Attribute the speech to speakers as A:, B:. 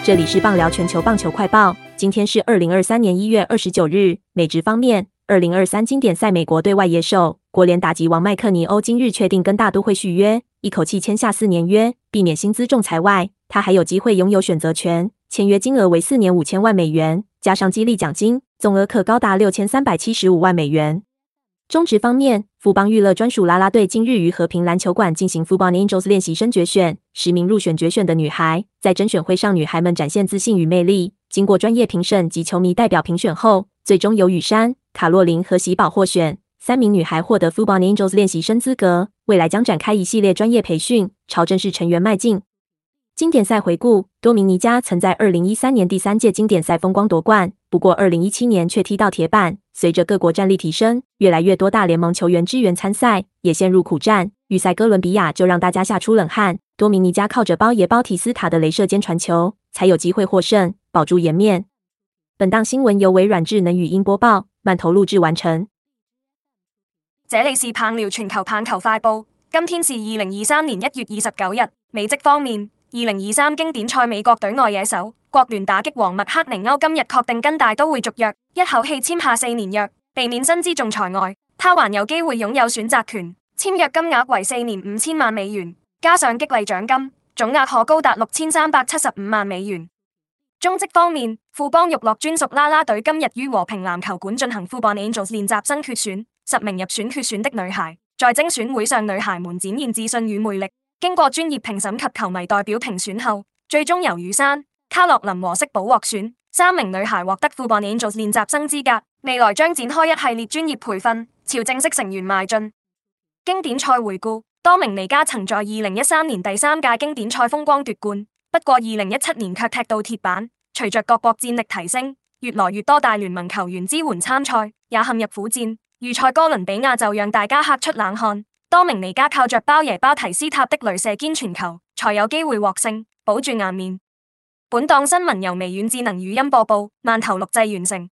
A: 这里是棒聊全球棒球快报，今天是2023年1月29日。美职方面，2023经典赛美国队外野手国联打击王麦克尼欧今日确定跟大都会续约，一口气签下4年约，避免薪资仲裁外，他还有机会拥有选择权，签约金额为4年5000万美元，加上激励奖金，总额可高达6375万美元。中职方面，富邦娱乐专属啦啦队今日于和平篮球馆进行 Fubon Angels 练习生决选，10名入选决选的女孩，在甄选会上，女孩们展现自信与魅力。经过专业评审及球迷代表评选后，最终由雨山、卡洛琳和喜宝获选，3名女孩获得 Fubon Angels 练习生资格，未来将展开一系列专业培训，朝正式成员迈进。经典赛回顾，多明尼加曾在2013年第3届经典赛风光夺冠，不过2017年却踢到铁板。随着各国战力提升，越来越多大联盟球员支援参赛，也陷入苦战。预赛哥伦比亚就让大家吓出冷汗，多明尼加靠着包爷包提斯塔的雷射肩传球，才有机会获胜，保住颜面。本档新聞由微軟智能語音播報，慢投錄製完成。
B: 這裡是棒聊全球棒球快報，今天是2023年1月29日。美職方面，2023經典賽美國隊外野手國聯打擊王麥克尼歐今日確定跟大都會續約，一口氣簽下4年約，避免薪資仲裁外，他還有機會擁有選擇權。簽約金額為4年5000萬美元，加上激勵獎金，總額可高達6375萬美元。中職方面，富邦育樂專屬啦啦隊今日於和平籃球館進行 Fubon Angels 練習生決選，10名入選決選的女孩，在精選會上，女孩們展現自信與魅力。經過專業評審及球迷代表評選後，最終由雨山、卡洛琳和色寶獲選，3名女孩獲得 Fubon Angels 練習生資格，未來將展開一系列專業培訓，朝正式成員邁進。經典賽回顧，多明尼加曾在2013年第3屆經典賽風光奪冠，不過2017年卻踢到鐵板。隨着各國戰力提升，越來越多大聯盟球員支援參賽，也陷入苦戰。預賽哥倫比亞就讓大家嚇出冷汗，多明尼加靠着包爺包提斯塔的雷射肩傳球，才有機會獲勝，保住顏面。本檔新聞由微軟智能語音播報，慢投錄製完成。